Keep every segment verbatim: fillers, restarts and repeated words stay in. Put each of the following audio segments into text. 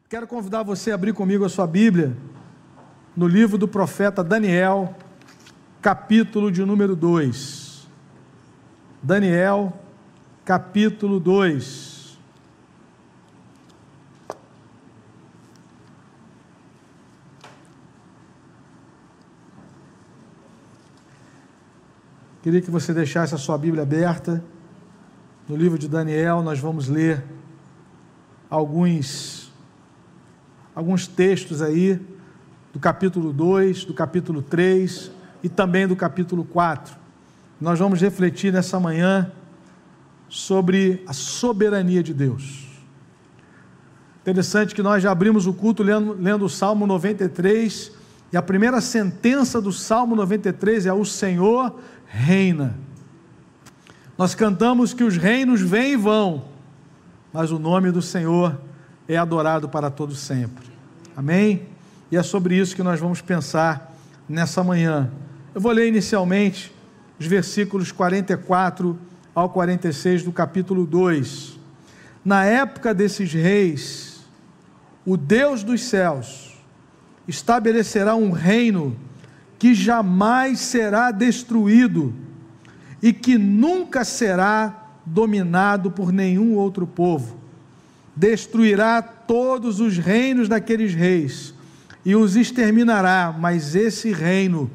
Quero convidar você a abrir comigo a sua Bíblia no livro do profeta Daniel, capítulo de número dois. Daniel, capítulo dois. Queria que você deixasse a sua Bíblia aberta. No livro de Daniel, nós vamos ler alguns alguns textos aí, do capítulo dois, do capítulo três e também do capítulo quatro. Nós vamos refletir nessa manhã sobre a soberania de Deus. Interessante que nós já abrimos o culto lendo, lendo o Salmo noventa e três, e a primeira sentença do Salmo noventa e três é: o Senhor reina. Nós cantamos que os reinos vêm e vão, mas o nome do Senhor é adorado para todo sempre. Amém? E é sobre isso que nós vamos pensar nessa manhã. Eu vou ler inicialmente os versículos quarenta e quatro ao quarenta e seis do capítulo dois. Na época desses reis, o Deus dos céus estabelecerá um reino que jamais será destruído e que nunca será dominado por nenhum outro povo. Destruirá todos os reinos daqueles reis e os exterminará, mas esse reino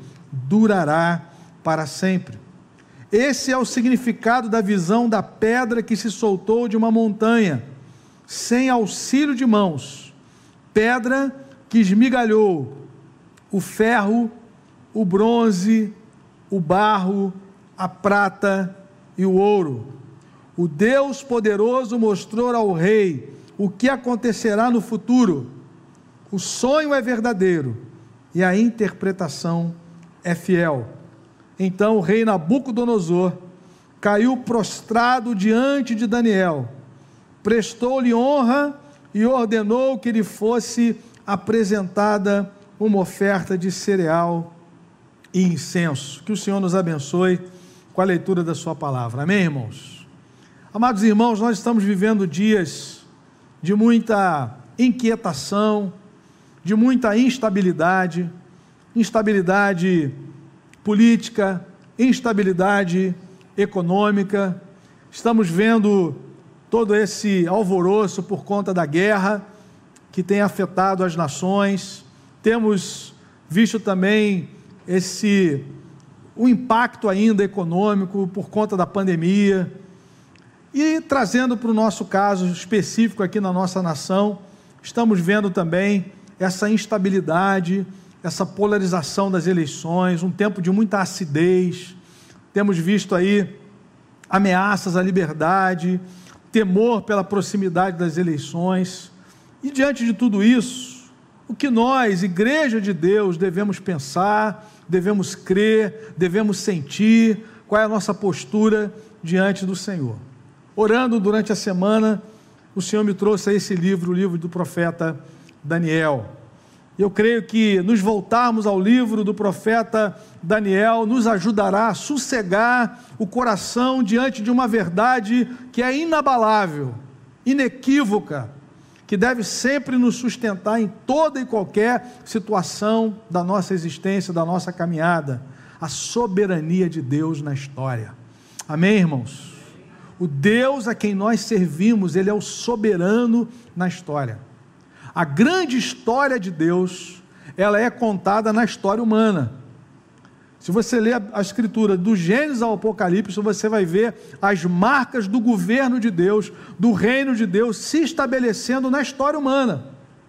durará para sempre. Esse é o significado da visão da pedra que se soltou de uma montanha, sem auxílio de mãos, pedra que esmigalhou o ferro, o bronze, o barro, a prata e o ouro. O Deus poderoso mostrou ao rei o que acontecerá no futuro. O sonho é verdadeiro e a interpretação é fiel. Então o rei Nabucodonosor caiu prostrado diante de Daniel, prestou-lhe honra e ordenou que lhe fosse apresentada uma oferta de cereal e incenso. Que o Senhor nos abençoe com a leitura da sua palavra. Amém, irmãos? Amados irmãos, nós estamos vivendo dias de muita inquietação, de muita instabilidade, instabilidade política, instabilidade econômica. Estamos vendo todo esse alvoroço por conta da guerra que tem afetado as nações. Temos visto também esse o impacto ainda econômico por conta da pandemia. E trazendo para o nosso caso específico aqui na nossa nação, estamos vendo também essa instabilidade, essa polarização das eleições, um tempo de muita acidez. Temos visto aí ameaças à liberdade, temor pela proximidade das eleições. E diante de tudo isso, o que nós, Igreja de Deus, devemos pensar, devemos crer, devemos sentir, qual é a nossa postura diante do Senhor? Orando durante a semana, o Senhor me trouxe a esse livro, o livro do profeta Daniel. Eu creio que nos voltarmos ao livro do profeta Daniel nos ajudará a sossegar o coração diante de uma verdade que é inabalável, inequívoca, que deve sempre nos sustentar em toda e qualquer situação da nossa existência, da nossa caminhada: a soberania de Deus na história. Amém, irmãos? O Deus a quem nós servimos, Ele é o soberano na história. A grande história de Deus, ela é contada na história humana. Se você ler a Escritura, do Gênesis ao Apocalipse, você vai ver as marcas do governo de Deus, do reino de Deus, se estabelecendo na história humana.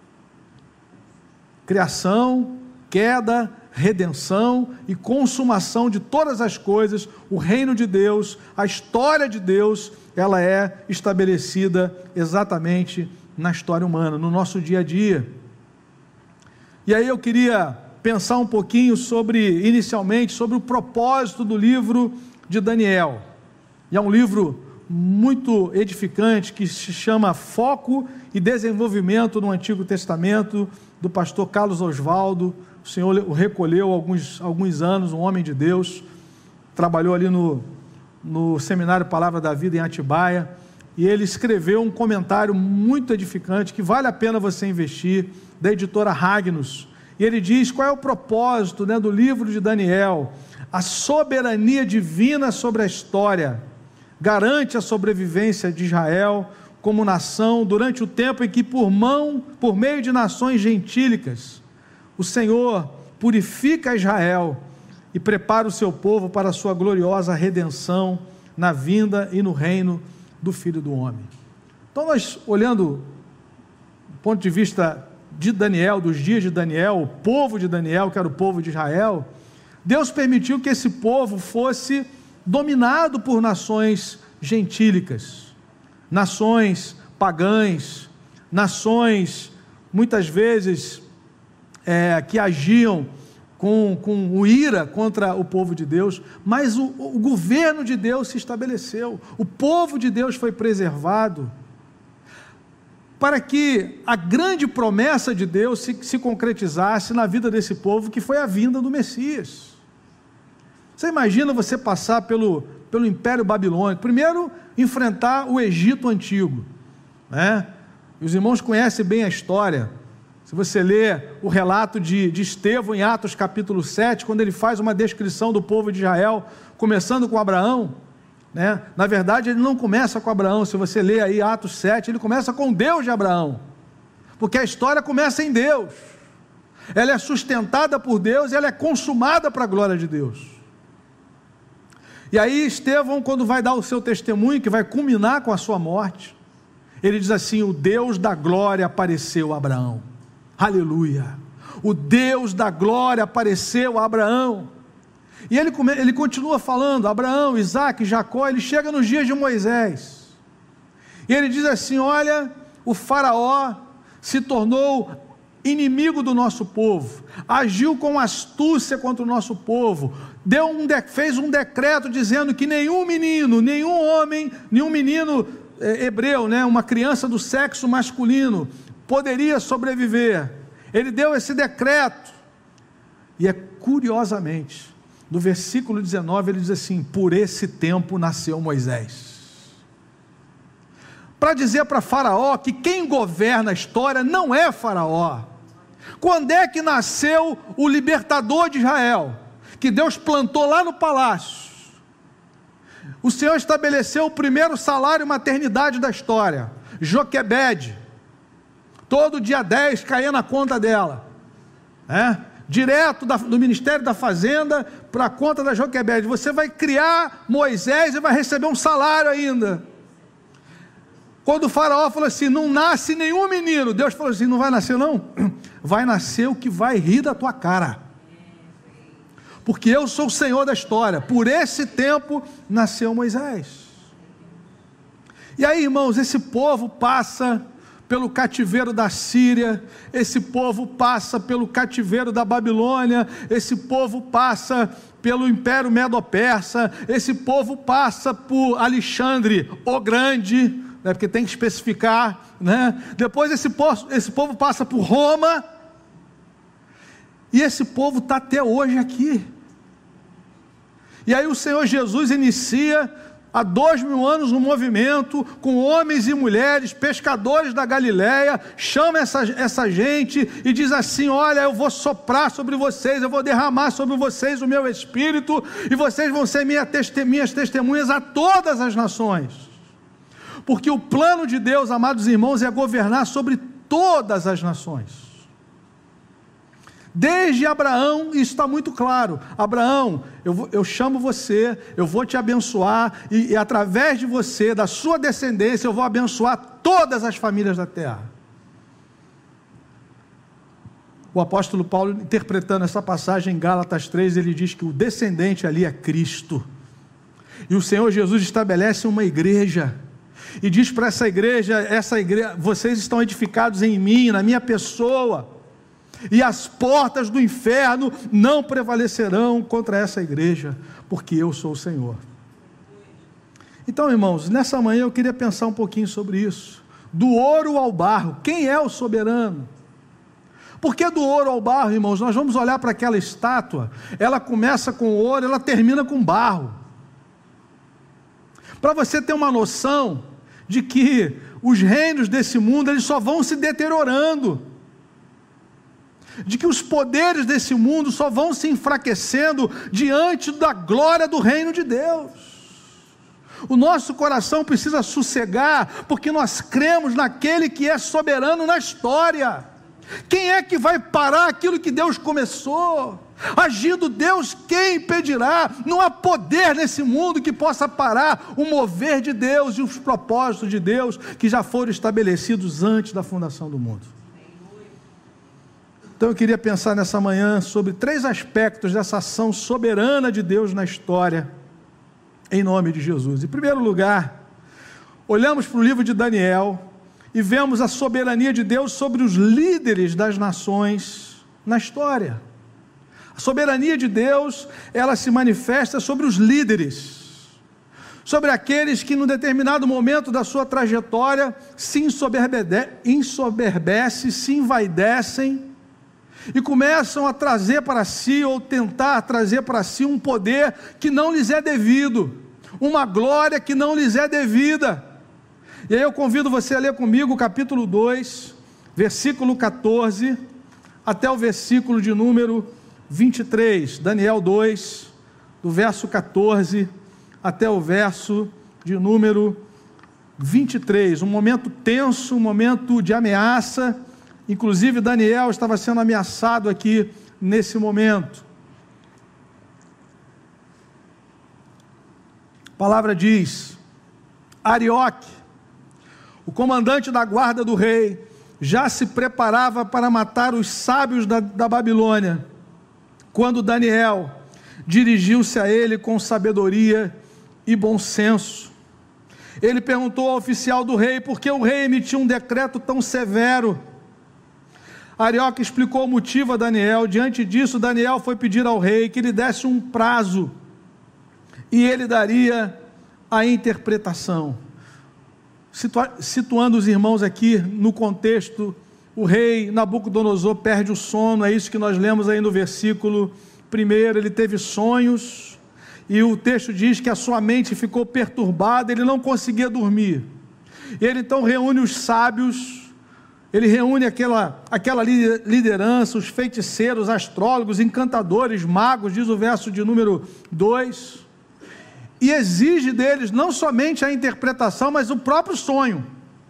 Criação, queda, redenção e consumação de todas as coisas. O reino de Deus, a história de Deus, ela é estabelecida exatamente na história humana, no nosso dia a dia. E aí eu queria pensar um pouquinho sobre, inicialmente, sobre o propósito do livro de Daniel. E é um livro muito edificante, que se chama Foco e Desenvolvimento no Antigo Testamento, do pastor Carlos Oswaldo. O Senhor o recolheu há alguns, alguns anos, um homem de Deus, trabalhou ali no, no Seminário Palavra da Vida em Atibaia, e ele escreveu um comentário muito edificante, que vale a pena você investir, da editora Ragnos, e ele diz qual é o propósito, né, do livro de Daniel. A soberania divina sobre a história garante a sobrevivência de Israel como nação durante o tempo em que, por mão, por meio de nações gentílicas, o Senhor purifica Israel e prepara o seu povo para a sua gloriosa redenção na vinda e no reino do Filho do Homem. Então, nós, olhando do ponto de vista de Daniel, dos dias de Daniel, o povo de Daniel, que era o povo de Israel, Deus permitiu que esse povo fosse dominado por nações gentílicas, nações pagãs, nações, muitas vezes, é, que agiam com, com ira contra o povo de Deus, mas o, o governo de Deus se estabeleceu, o povo de Deus foi preservado, para que a grande promessa de Deus se, se concretizasse na vida desse povo, que foi a vinda do Messias. Você imagina você passar pelo, pelo Império Babilônico, primeiro enfrentar o Egito Antigo, né? E os irmãos conhecem bem a história. Se você ler o relato de, de Estevão em Atos capítulo sete, quando ele faz uma descrição do povo de Israel, começando com Abraão, né? Na verdade ele não começa com Abraão, se você ler aí Atos sete, ele começa com Deus de Abraão, porque a história começa em Deus, ela é sustentada por Deus e ela é consumada para a glória de Deus. E aí Estevão, quando vai dar o seu testemunho, que vai culminar com a sua morte, ele diz assim: o Deus da glória apareceu a Abraão, aleluia, o Deus da glória apareceu a Abraão. E ele, ele continua falando, Abraão, Isaque, Jacó, ele chega nos dias de Moisés, e ele diz assim: olha, o faraó se tornou inimigo do nosso povo, agiu com astúcia contra o nosso povo, deu um de, fez um decreto dizendo que nenhum menino, nenhum homem, nenhum menino é, hebreu, né, uma criança do sexo masculino, poderia sobreviver. Ele deu esse decreto, e é curiosamente, no versículo dezenove ele diz assim: por esse tempo nasceu Moisés, para dizer para Faraó que quem governa a história não é Faraó. Quando é que nasceu o libertador de Israel, que Deus plantou lá no palácio? O Senhor estabeleceu o primeiro salário maternidade da história, Joquebede, todo dia dez caía na conta dela, né? Direto da, do Ministério da Fazenda para a conta da Joquebede. Você vai criar Moisés e vai receber um salário ainda. Quando o faraó falou assim: não nasce nenhum menino, Deus falou assim: não vai nascer não? Vai nascer o que vai rir da tua cara, porque eu sou o Senhor da história. Por esse tempo nasceu Moisés. E aí, irmãos, esse povo passa pelo cativeiro da Síria, esse povo passa pelo cativeiro da Babilônia, esse povo passa pelo Império Medo-Persa, esse povo passa por Alexandre o Grande, né, porque tem que especificar, né? Depois esse povo, esse povo passa por Roma, e esse povo está até hoje aqui. E aí o Senhor Jesus inicia há dois mil anos um movimento com homens e mulheres, pescadores da Galileia, chama essa, essa gente e diz assim: olha, eu vou soprar sobre vocês, eu vou derramar sobre vocês o meu Espírito, e vocês vão ser minha teste, minhas testemunhas a todas as nações. Porque o plano de Deus, amados irmãos, é governar sobre todas as nações. Desde Abraão, isso está muito claro: Abraão, eu, vou, eu chamo você, eu vou te abençoar, e, e através de você, da sua descendência, eu vou abençoar todas as famílias da terra. O apóstolo Paulo, interpretando essa passagem em Gálatas três, ele diz que o descendente ali é Cristo, e o Senhor Jesus estabelece uma igreja, e diz para essa igreja, essa igreja, vocês estão edificados em mim, na minha pessoa, e as portas do inferno não prevalecerão contra essa igreja, porque eu sou o Senhor. Então, irmãos, nessa manhã eu queria pensar um pouquinho sobre isso, do ouro ao barro. Quem é o soberano? Por que do ouro ao barro, irmãos? Nós vamos olhar para aquela estátua, ela começa com ouro, ela termina com barro. Para você ter uma noção, de que os reinos desse mundo eles só vão se deteriorando, de que os poderes desse mundo só vão se enfraquecendo diante da glória do reino de Deus. O nosso coração precisa sossegar, porque nós cremos naquele que é soberano na história. Quem é que vai parar aquilo que Deus começou? Agindo Deus, quem impedirá? Não há poder nesse mundo que possa parar o mover de Deus e os propósitos de Deus que já foram estabelecidos antes da fundação do mundo. Então eu queria pensar nessa manhã sobre três aspectos dessa ação soberana de Deus na história, em nome de Jesus. Em primeiro lugar, olhamos para o livro de Daniel e vemos a soberania de Deus sobre os líderes das nações na história. A soberania de Deus, ela se manifesta sobre os líderes, sobre aqueles que num determinado momento da sua trajetória se ensoberbecem, se envaidecem e começam a trazer para si, ou tentar trazer para si um poder que não lhes é devido, uma glória que não lhes é devida. E aí eu convido você a ler comigo o capítulo dois, versículo catorze, até o versículo de número vinte e três, Daniel dois, do verso catorze até o verso de número vinte e três, um momento tenso, um momento de ameaça. Inclusive Daniel estava sendo ameaçado aqui nesse momento. A palavra diz: Arioque, o comandante da guarda do rei, já se preparava para matar os sábios da, da Babilônia, quando Daniel dirigiu-se a ele com sabedoria e bom senso. Ele perguntou ao oficial do rei por que o rei emitiu um decreto tão severo. Arioque explicou o motivo a Daniel. Diante disso, Daniel foi pedir ao rei que lhe desse um prazo, e ele daria a interpretação. Situa- situando os irmãos aqui no contexto, o rei Nabucodonosor perde o sono, é isso que nós lemos aí no versículo primeiro. Ele teve sonhos, e o texto diz que a sua mente ficou perturbada, ele não conseguia dormir. Ele então reúne os sábios, ele reúne aquela, aquela liderança, os feiticeiros, astrólogos, encantadores, magos, diz o verso de número dois, e exige deles não somente a interpretação, mas o próprio sonho.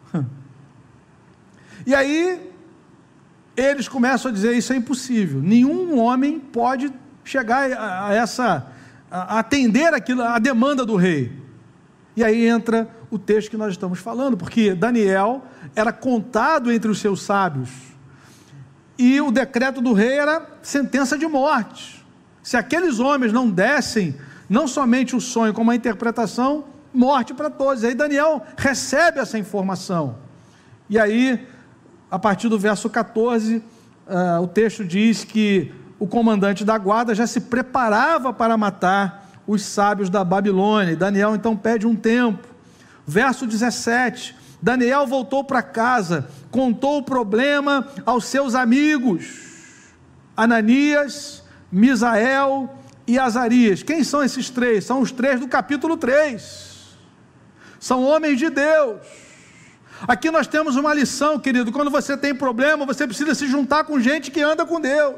E aí, eles começam a dizer: isso é impossível, nenhum homem pode chegar a, a essa, a atender aquilo, a demanda do rei. E aí entra o texto que nós estamos falando, porque Daniel era contado entre os seus sábios, e o decreto do rei era sentença de morte. Se aqueles homens não dessem não somente o sonho, como a interpretação, morte para todos. E aí Daniel recebe essa informação, e aí, a partir do verso catorze, uh, o texto diz que o comandante da guarda já se preparava para matar os sábios da Babilônia, e Daniel então pede um tempo. Verso dezessete, Daniel voltou para casa, contou o problema aos seus amigos, Ananias, Misael e Azarias. Quem são esses três? São os três do capítulo três, são homens de Deus. Aqui nós temos uma lição, querido: quando você tem problema, você precisa se juntar com gente que anda com Deus.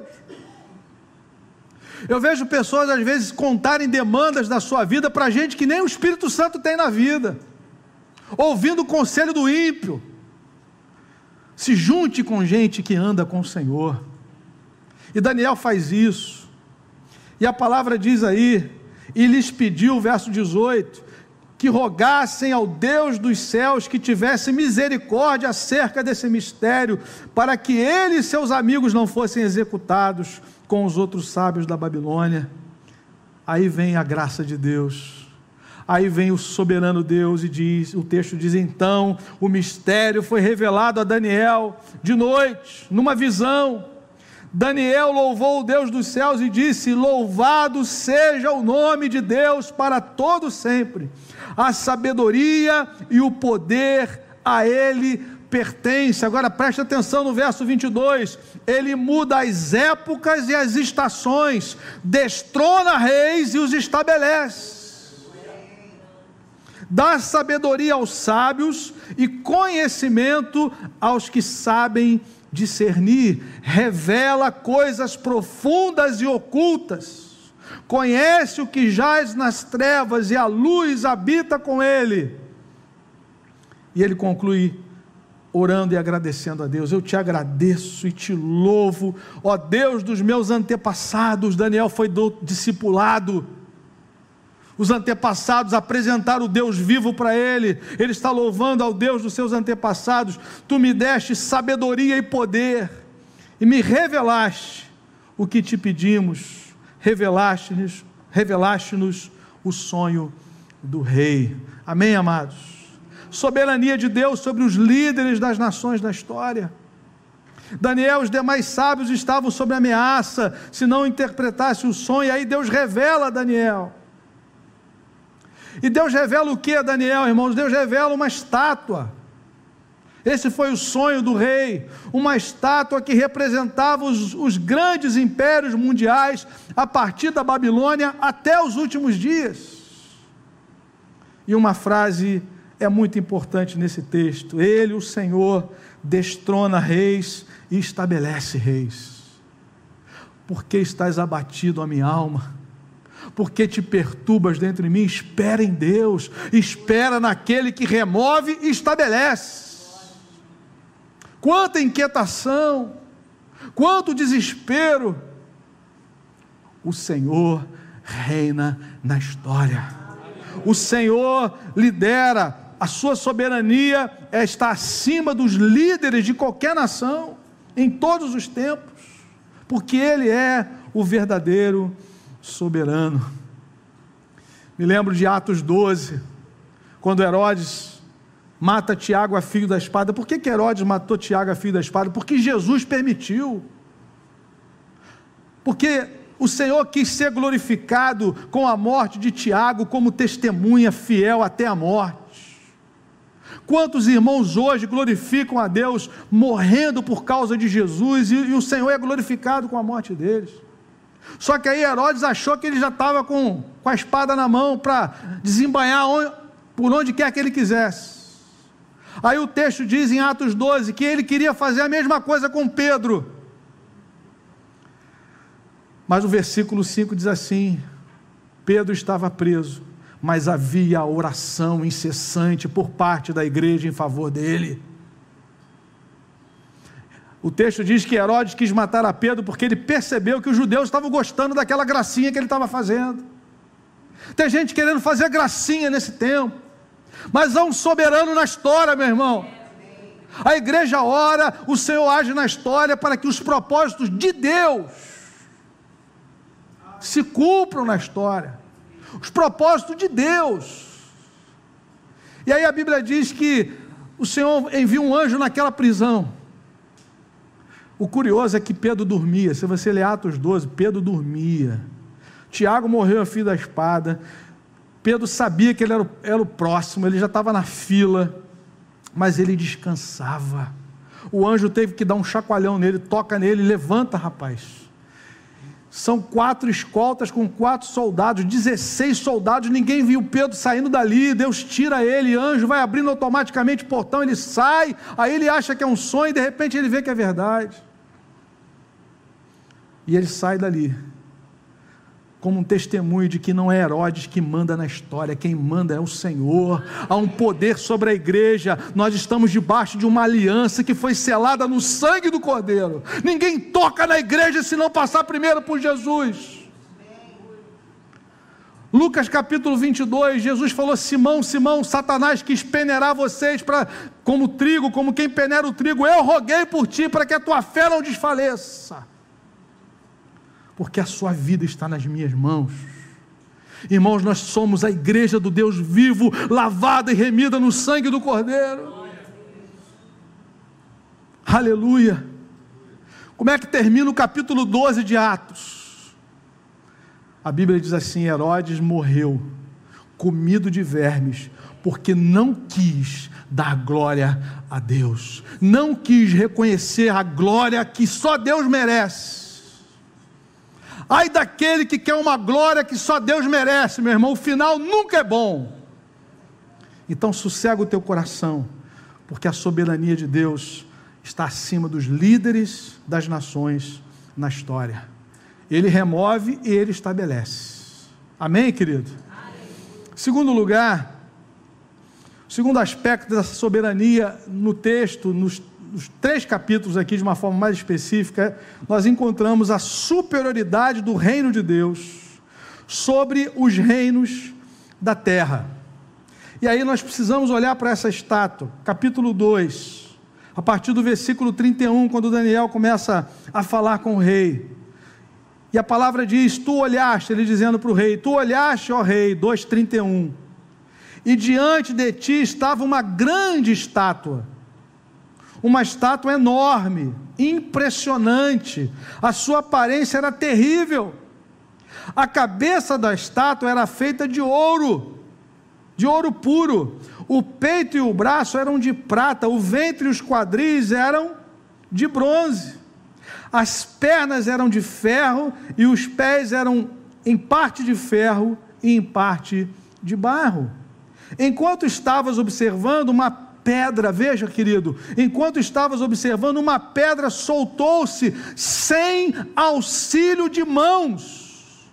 Eu vejo pessoas às vezes contarem demandas da sua vida para gente que nem o Espírito Santo tem na vida, ouvindo o conselho do ímpio. Se junte com gente que anda com o Senhor, e Daniel faz isso, e a palavra diz aí: e lhes pediu, verso dezoito, que rogassem ao Deus dos céus que tivesse misericórdia acerca desse mistério, para que ele e seus amigos não fossem executados com os outros sábios da Babilônia. Aí vem a graça de Deus, aí vem o soberano Deus, e diz, o texto diz: então o mistério foi revelado a Daniel de noite, numa visão. Daniel louvou o Deus dos céus e disse: louvado seja o nome de Deus para todo sempre, a sabedoria e o poder a ele pertence. Agora preste atenção no verso vinte e dois, ele muda as épocas e as estações, destrona reis e os estabelece. dá sabedoria aos sábios e conhecimento aos que sabem discernir, revela coisas profundas e ocultas, conhece o que jaz nas trevas e a luz habita com ele. E ele conclui orando e agradecendo a Deus. Eu te agradeço e te louvo, ó Deus dos meus antepassados. Daniel foi do, discipulado, os antepassados apresentaram o Deus vivo para ele, ele está louvando ao Deus dos seus antepassados. Tu me deste sabedoria e poder, e me revelaste o que te pedimos, revelaste-nos, revelaste-nos o sonho do rei. Amém, amados? Soberania de Deus sobre os líderes das nações da história. Daniel e os demais sábios estavam sob ameaça, se não interpretasse o sonho, e aí Deus revela a Daniel. E Deus revela o que a Daniel, irmãos? Deus revela uma estátua. Esse foi o sonho do rei, uma estátua que representava os, os grandes impérios mundiais, a partir da Babilônia até os últimos dias. E uma frase é muito importante nesse texto: ele, o Senhor, destrona reis e estabelece reis. Por que estás abatido, a minha alma? Por que te perturbas dentro de mim? Espera em Deus, espera naquele que remove e estabelece. Quanta inquietação, quanto desespero, o Senhor reina na história, o Senhor lidera, a sua soberania está acima dos líderes de qualquer nação, em todos os tempos, porque Ele é o verdadeiro soberano. Me lembro de Atos doze, quando Herodes mata Tiago a fio da espada. Por que que Herodes matou Tiago a fio da espada? Porque Jesus permitiu, porque o Senhor quis ser glorificado com a morte de Tiago, como testemunha fiel até a morte. Quantos irmãos hoje glorificam a Deus morrendo por causa de Jesus, e, e o Senhor é glorificado com a morte deles. Só que aí Herodes achou que ele já estava com, com a espada na mão para desembainhar onde, por onde quer que ele quisesse. Aí o texto diz em Atos doze que ele queria fazer a mesma coisa com Pedro. Mas o versículo cinco diz assim: Pedro estava preso, mas havia oração incessante por parte da igreja em favor dele. O texto diz que Herodes quis matar a Pedro porque ele percebeu que os judeus estavam gostando daquela gracinha que ele estava fazendo. Tem gente querendo fazer gracinha nesse tempo, mas há um soberano na história, meu irmão. A igreja ora, o Senhor age na história para que os propósitos de Deus se cumpram na história, os propósitos de Deus. E aí a Bíblia diz que o Senhor envia um anjo naquela prisão. O curioso é que Pedro dormia. Se você ler Atos doze, Pedro dormia. Tiago morreu a fio da espada. Pedro sabia que ele era o, era o próximo, ele já estava na fila, mas ele descansava. O anjo teve que dar um chacoalhão nele, toca nele, levanta, rapaz. São quatro escoltas com quatro soldados, dezesseis soldados, ninguém viu Pedro saindo dali. Deus tira ele, anjo vai abrindo automaticamente o portão, ele sai, aí ele acha que é um sonho, de repente ele vê que é verdade. E ele sai dali, como um testemunho de que não é Herodes que manda na história, quem manda é o Senhor. Há um poder sobre a igreja, nós estamos debaixo de uma aliança que foi selada no sangue do Cordeiro. Ninguém toca na igreja se não passar primeiro por Jesus. Lucas capítulo vinte e dois, Jesus falou: Simão, Simão, Satanás quis peneirar vocês pra, como trigo, como quem peneira o trigo. Eu roguei por ti para que a tua fé não desfaleça, porque a sua vida está nas minhas mãos. Irmãos, nós somos a igreja do Deus vivo, lavada e remida no sangue do Cordeiro. Aleluia. Como é que termina o capítulo doze de Atos? A Bíblia diz assim: Herodes morreu, comido de vermes, porque não quis dar glória a Deus, não quis reconhecer a glória que só Deus merece. Ai daquele que quer uma glória que só Deus merece, meu irmão, o final nunca é bom. Então sossega o teu coração, porque a soberania de Deus está acima dos líderes das nações na história. Ele remove e Ele estabelece. Amém, querido? Amém. Segundo lugar, o segundo aspecto dessa soberania no texto, nos, nos três capítulos aqui de uma forma mais específica, nós encontramos a superioridade do reino de Deus sobre os reinos da terra. E aí nós precisamos olhar para essa estátua, capítulo dois, a partir do versículo trinta e um, quando Daniel começa a falar com o rei, e a palavra diz, tu olhaste, ele dizendo para o rei, tu olhaste, ó rei, dois, trinta e um, e diante de ti estava uma grande estátua, uma estátua enorme, impressionante, a sua aparência era terrível, a cabeça da estátua era feita de ouro, de ouro puro, o peito e o braço eram de prata, o ventre e os quadris eram de bronze, as pernas eram de ferro e os pés eram em parte de ferro e em parte de barro. Enquanto estavas observando, uma pedra, veja querido, enquanto estavas observando, uma pedra soltou-se sem auxílio de mãos,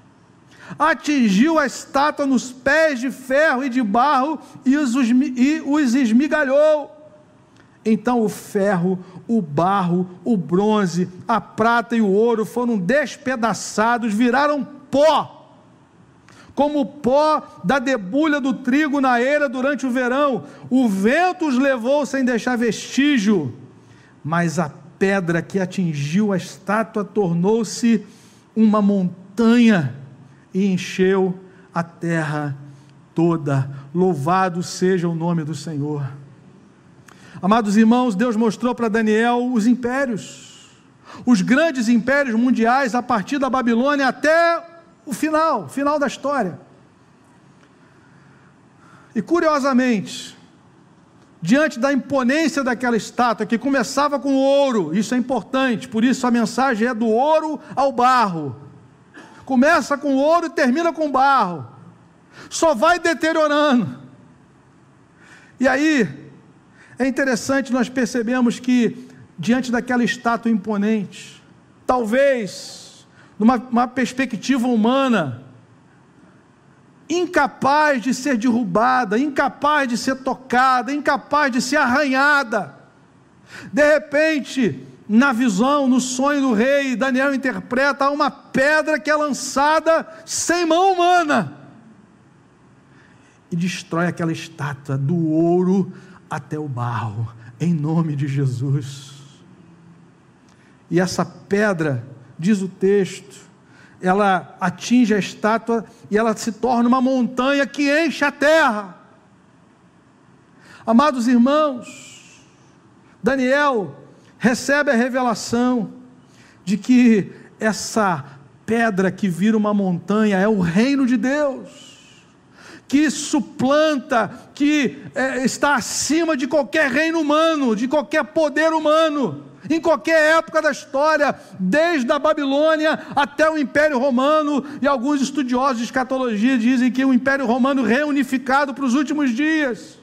atingiu a estátua nos pés de ferro e de barro e os, e os esmigalhou. Então o ferro, o barro, o bronze, a prata e o ouro foram despedaçados, viraram pó, como o pó da debulha do trigo na eira durante o verão. O vento os levou sem deixar vestígio, mas a pedra que atingiu a estátua tornou-se uma montanha e encheu a terra toda. Louvado seja o nome do Senhor. Amados irmãos, Deus mostrou para Daniel os impérios, os grandes impérios mundiais a partir da Babilônia até o final, final da história. E curiosamente, diante da imponência daquela estátua, que começava com ouro, isso é importante, por isso a mensagem é do ouro ao barro, começa com ouro e termina com barro, só vai deteriorando. E aí, é interessante, nós percebemos que, diante daquela estátua imponente, talvez, numa uma perspectiva humana, incapaz de ser derrubada, incapaz de ser tocada, incapaz de ser arranhada, de repente, na visão, no sonho do rei, Daniel interpreta uma pedra que é lançada sem mão humana, e destrói aquela estátua do ouro até o barro, em nome de Jesus. E essa pedra, diz o texto, ela atinge a estátua e ela se torna uma montanha que enche a terra. Amados irmãos, Daniel recebe a revelação de que essa pedra que vira uma montanha é o reino de Deus, que suplanta, que é, está acima de qualquer reino humano, de qualquer poder humano, em qualquer época da história, desde a Babilônia até o Império Romano, e alguns estudiosos de escatologia dizem que o Império Romano reunificado para os últimos dias.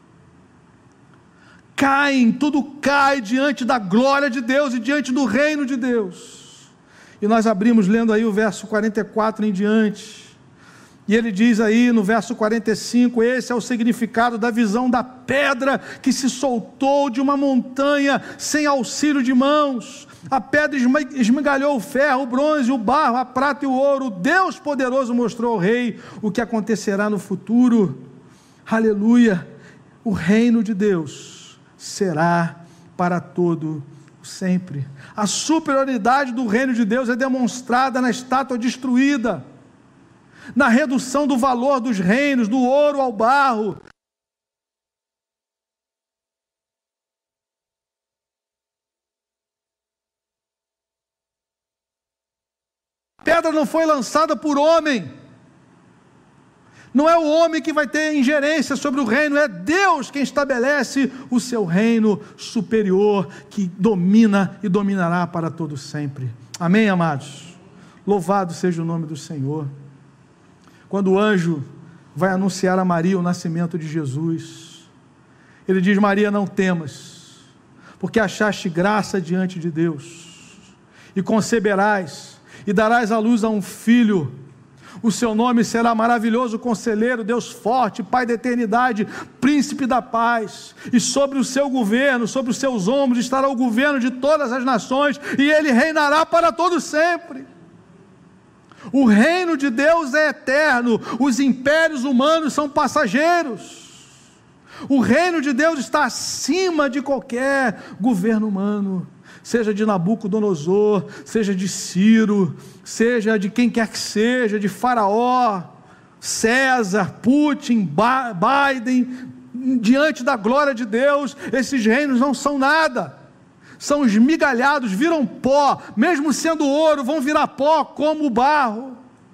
Caem, tudo cai diante da glória de Deus e diante do reino de Deus. E nós abrimos lendo aí o verso quarenta e quatro em diante, e ele diz aí no verso quarenta e cinco, esse é o significado da visão da pedra que se soltou de uma montanha sem auxílio de mãos. A pedra esmigalhou o ferro, o bronze, o barro, a prata e o ouro. Deus poderoso mostrou ao rei o que acontecerá no futuro. Aleluia! O reino de Deus será para todo sempre. A superioridade do reino de Deus é demonstrada na estátua destruída, na redução do valor dos reinos, do ouro ao barro. A pedra não foi lançada por homem, não é o homem que vai ter ingerência sobre o reino, é Deus quem estabelece o seu reino superior, que domina e dominará para todo sempre. Amém, amados? Louvado seja o nome do Senhor. Quando o anjo vai anunciar a Maria o nascimento de Jesus. Ele diz: Maria, não temas, porque achaste graça diante de Deus, e conceberás, e darás à luz a um filho. O seu nome será Maravilhoso Conselheiro, Deus Forte, Pai da Eternidade, Príncipe da Paz, e sobre o seu governo, sobre os seus ombros estará o governo de todas as nações, e ele reinará para todo sempre. O reino de Deus é eterno, os impérios humanos são passageiros. O reino de Deus está acima de qualquer governo humano, seja de Nabucodonosor, seja de Ciro, seja de quem quer que seja, de Faraó, César, Putin, Biden. Diante da glória de Deus, esses reinos não são nada, são esmigalhados, viram pó, mesmo sendo ouro, vão virar pó como barro.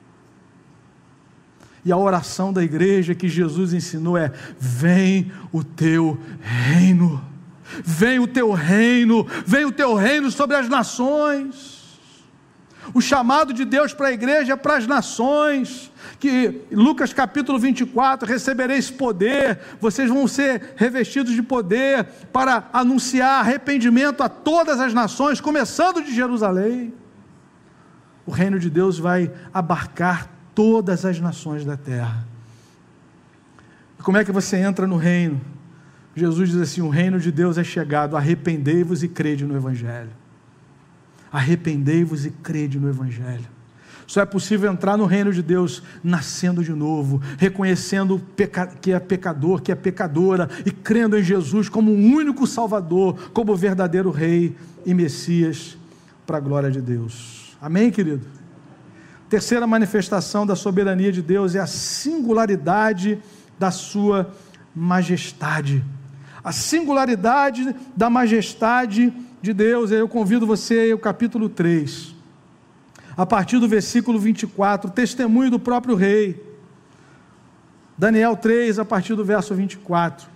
E a oração da igreja que Jesus ensinou é: vem o teu reino, vem o teu reino, vem o teu reino sobre as nações. O chamado de Deus para a igreja é para as nações, que Lucas capítulo vinte e quatro, recebereis poder, vocês vão ser revestidos de poder para anunciar arrependimento a todas as nações, começando de Jerusalém. O reino de Deus vai abarcar todas as nações da terra. E como é que você entra no reino? Jesus diz assim: o reino de Deus é chegado, arrependei-vos e crede no Evangelho. Arrependei-vos e crede no Evangelho. Só é possível entrar no reino de Deus nascendo de novo, reconhecendo que é pecador, que é pecadora, e crendo em Jesus como o único Salvador, como o verdadeiro Rei e Messias, para a glória de Deus. Amém, querido? Terceira manifestação da soberania de Deus é a singularidade da sua majestade. A singularidade da majestade de Deus. Eu convido você ao capítulo três, a partir do versículo vinte e quatro, testemunho do próprio rei. Daniel três, a partir do verso vinte e quatro.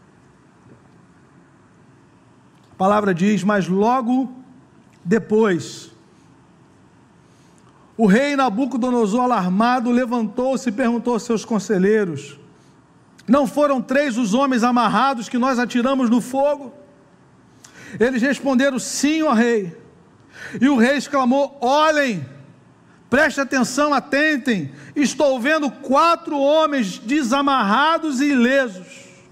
A palavra diz: mas logo depois, o rei Nabucodonosor, alarmado, levantou-se e perguntou aos seus conselheiros: não foram três os homens amarrados que nós atiramos no fogo? Eles responderam: sim, ó rei. E o rei exclamou: olhem, preste atenção, atentem, estou vendo quatro homens desamarrados e ilesos,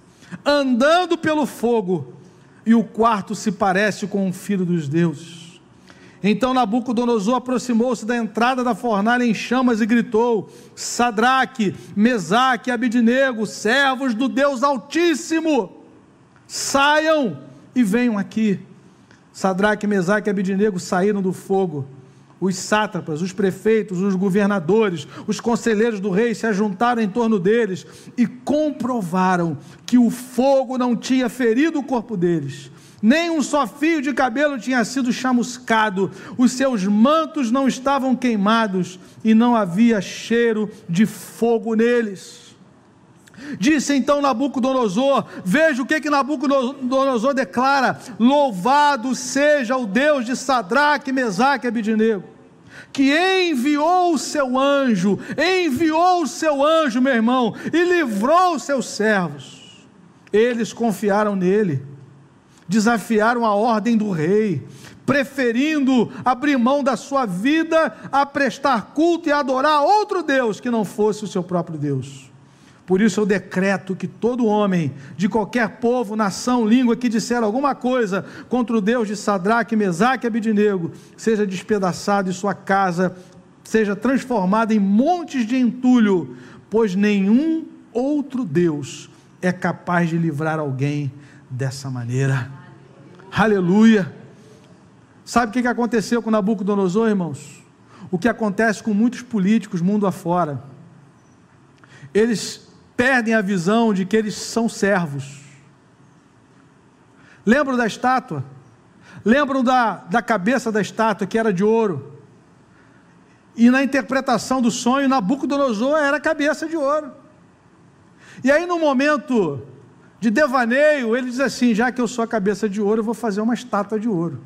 andando pelo fogo, e o quarto se parece com um filho dos deuses. Então Nabucodonosor aproximou-se da entrada da fornalha em chamas e gritou: Sadraque, Mesaque e Abidnego, servos do Deus Altíssimo, saiam e venham aqui. Sadraque, Mesaque e Abidnego saíram do fogo. Os sátrapas, os prefeitos, os governadores, os conselheiros do rei se ajuntaram em torno deles e comprovaram que o fogo não tinha ferido o corpo deles, nem um só fio de cabelo tinha sido chamuscado, os seus mantos não estavam queimados e não havia cheiro de fogo neles. Disse então Nabucodonosor, veja o que que Nabucodonosor declara: louvado seja o Deus de Sadraque, Mesaque e Abidnego, que enviou o seu anjo, enviou o seu anjo, meu irmão, e livrou os seus servos. Eles confiaram nele, desafiaram a ordem do rei, preferindo abrir mão da sua vida a prestar culto e adorar outro Deus que não fosse o seu próprio Deus. Por isso eu decreto que todo homem, de qualquer povo, nação, língua, que disser alguma coisa contra o Deus de Sadraque, Mesaque e Abidnego, seja despedaçado e sua casa seja transformada em montes de entulho, pois nenhum outro Deus é capaz de livrar alguém dessa maneira. Aleluia! Sabe o que aconteceu com Nabucodonosor, irmãos? O que acontece com muitos políticos mundo afora. Eles perdem a visão de que eles são servos. Lembram da estátua? Lembram da, da cabeça da estátua, que era de ouro? E na interpretação do sonho, Nabucodonosor era a cabeça de ouro. E aí, no momento de devaneio, ele diz assim: já que eu sou a cabeça de ouro, eu vou fazer uma estátua de ouro.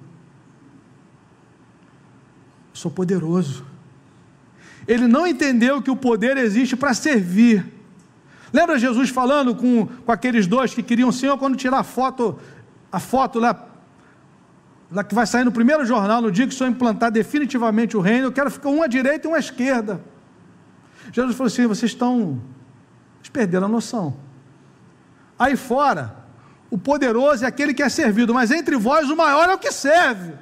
Eu sou poderoso. Ele não entendeu que o poder existe para servir. Lembra Jesus falando com, com aqueles dois que queriam, Senhor, quando tirar a foto, a foto lá, lá que vai sair no primeiro jornal, no dia que o Senhor implantar definitivamente o reino, eu quero ficar um à direita e um à esquerda. Jesus falou assim, vocês estão, vocês perderam a noção. Aí fora, o poderoso é aquele que é servido, mas entre vós o maior é o que serve.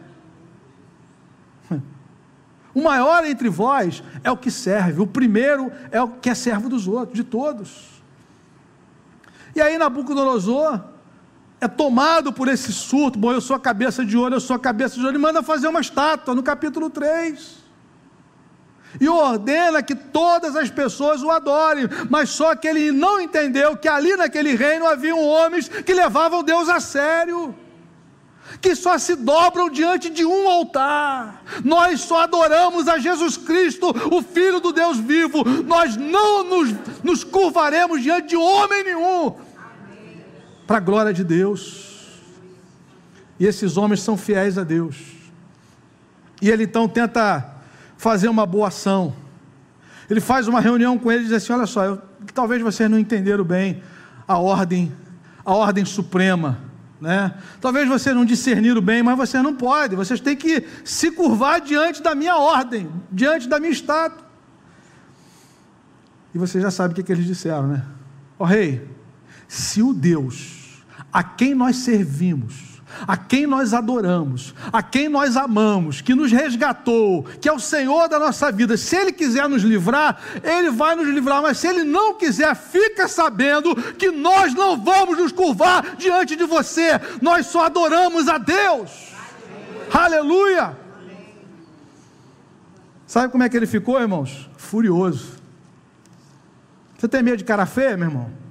O maior entre vós é o que serve, o primeiro é o que é servo dos outros, de todos. E aí Nabucodonosor é tomado por esse surto, bom, eu sou a cabeça de ouro, eu sou a cabeça de ouro, ele manda fazer uma estátua, no capítulo três, e ordena que todas as pessoas o adorem, mas só que ele não entendeu que ali naquele reino haviam homens que levavam Deus a sério, que só se dobram diante de um altar. Nós só adoramos a Jesus Cristo, o Filho do Deus vivo. Nós não nos, nos curvaremos diante de homem nenhum, para a glória de Deus. E esses homens são fiéis a Deus, e ele então tenta fazer uma boa ação. Ele faz uma reunião com eles e diz assim, olha só, eu, talvez vocês não entenderam bem a ordem, a ordem suprema, né? Talvez vocês não discerniram bem, mas vocês não podem, vocês têm que se curvar diante da minha ordem, diante da minha estátua. E você já sabe o que, que eles disseram, né? Ó rei, se o Deus a quem nós servimos, a quem nós adoramos, a quem nós amamos, que nos resgatou, que é o Senhor da nossa vida, se Ele quiser nos livrar, Ele vai nos livrar, mas se Ele não quiser, fica sabendo que nós não vamos nos curvar diante de você, nós só adoramos a Deus. Amém. Aleluia. Amém. Sabe como é que ele ficou, irmãos? Furioso. Você tem medo de cara feia, meu irmão?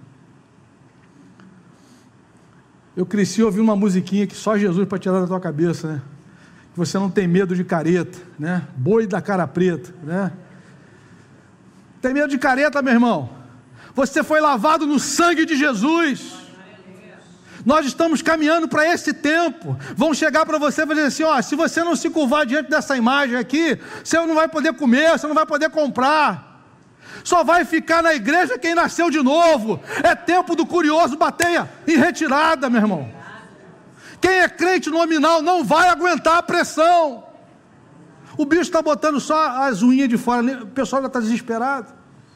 Eu cresci ouvindo uma musiquinha que só Jesus para tirar da tua cabeça, né? Que você não tem medo de careta, né? Boi da cara preta, né? Tem medo de careta, meu irmão? Você foi lavado no sangue de Jesus. Nós estamos caminhando para esse tempo. Vão chegar para você e dizer assim, ó, se você não se curvar diante dessa imagem aqui, você não vai poder comer, você não vai poder comprar. Só vai ficar na igreja quem nasceu de novo. É tempo do curioso bater em retirada, meu irmão. Quem é crente nominal não vai aguentar a pressão. O bicho está botando só as unhas de fora, o pessoal já está desesperado.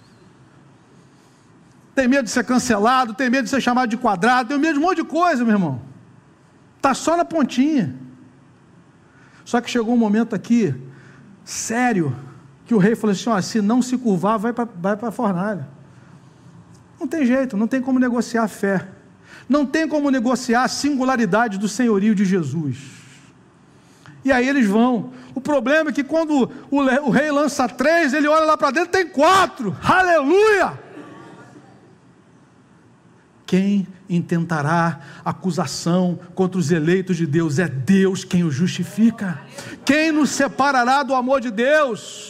Tem medo de ser cancelado, tem medo de ser chamado de quadrado, tem medo de um monte de coisa, meu irmão. Está só na pontinha. Só que chegou um momento aqui, sério, que o rei falou assim, ó, se não se curvar, vai para vai para a fornalha. Não tem jeito, não tem como negociar a fé. Não tem como negociar a singularidade do senhorio de Jesus. E aí eles vão. O problema é que quando o, o rei lança três, ele olha lá para dentro, tem quatro. Aleluia! Quem intentará acusação contra os eleitos de Deus? É Deus quem os justifica. Quem nos separará do amor de Deus?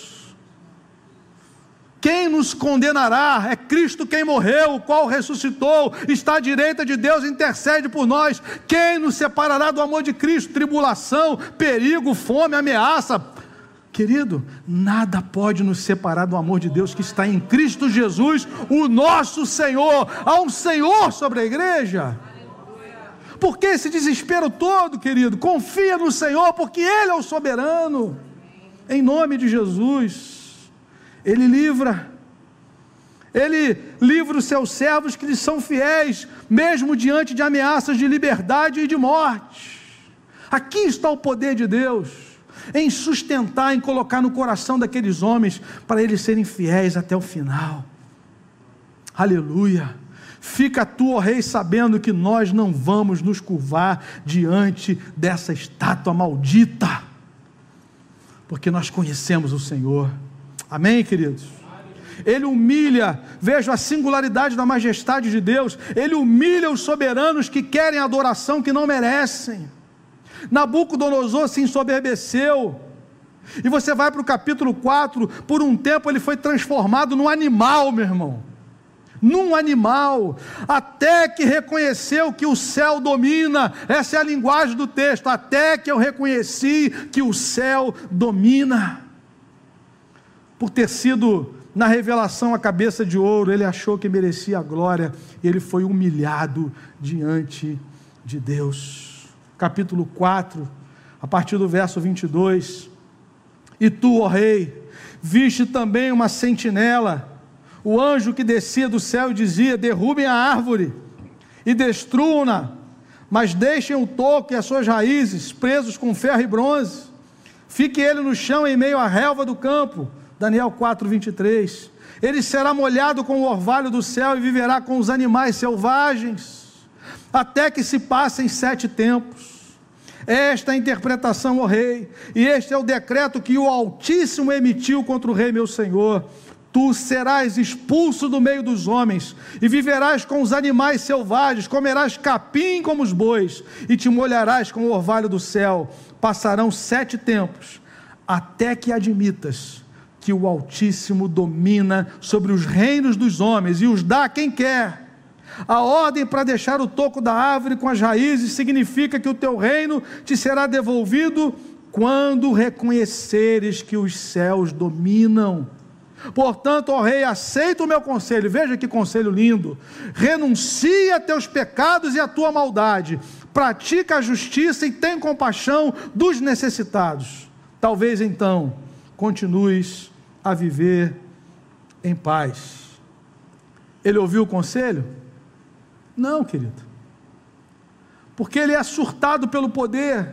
Quem nos condenará? É Cristo quem morreu, o qual ressuscitou, está à direita de Deus, intercede por nós. Quem nos separará do amor de Cristo? Tribulação, perigo, fome, ameaça. Querido, nada pode nos separar do amor de Deus que está em Cristo Jesus, o nosso Senhor. Há um Senhor sobre a igreja. Por que esse desespero todo, querido? Confia no Senhor, porque Ele é o soberano. Em nome de Jesus. Ele livra, Ele livra os seus servos que lhes são fiéis, mesmo diante de ameaças de liberdade e de morte. Aqui está o poder de Deus, em sustentar, em colocar no coração daqueles homens, para eles serem fiéis até o final. Aleluia. Fica tu, ó rei, sabendo que nós não vamos nos curvar diante dessa estátua maldita, porque nós conhecemos o Senhor. Amém, queridos? Ele humilha, veja a singularidade da majestade de Deus, Ele humilha os soberanos que querem adoração que não merecem. Nabucodonosor se ensoberbeceu, e você vai para o capítulo quatro, por um tempo ele foi transformado num animal, meu irmão, num animal, até que reconheceu que o céu domina. Essa é a linguagem do texto, até que eu reconheci que o céu domina. Por ter sido na revelação a cabeça de ouro, ele achou que merecia a glória, e ele foi humilhado diante de Deus. Capítulo quatro, a partir do verso vinte e dois, e tu, ó rei, viste também uma sentinela, o anjo que descia do céu e dizia: derrubem a árvore e destruam-na, mas deixem o toco e as suas raízes presos com ferro e bronze, fique ele no chão em meio à relva do campo. Daniel quatro, vinte e três, ele será molhado com o orvalho do céu e viverá com os animais selvagens, até que se passem sete tempos. Esta é a interpretação, ó rei, e este é o decreto que o Altíssimo emitiu contra o rei meu senhor: tu serás expulso do meio dos homens, e viverás com os animais selvagens, comerás capim como os bois, e te molharás com o orvalho do céu. Passarão sete tempos, até que admitas que o Altíssimo domina sobre os reinos dos homens, e os dá a quem quer. A ordem para deixar o toco da árvore com as raízes significa que o teu reino te será devolvido quando reconheceres que os céus dominam. Portanto, ó rei, aceita o meu conselho. Veja que conselho lindo: renuncia a teus pecados e a tua maldade, pratica a justiça e tem compaixão dos necessitados. Talvez então continues a viver em paz. Ele ouviu o conselho? Não, querido, porque ele é surtado pelo poder.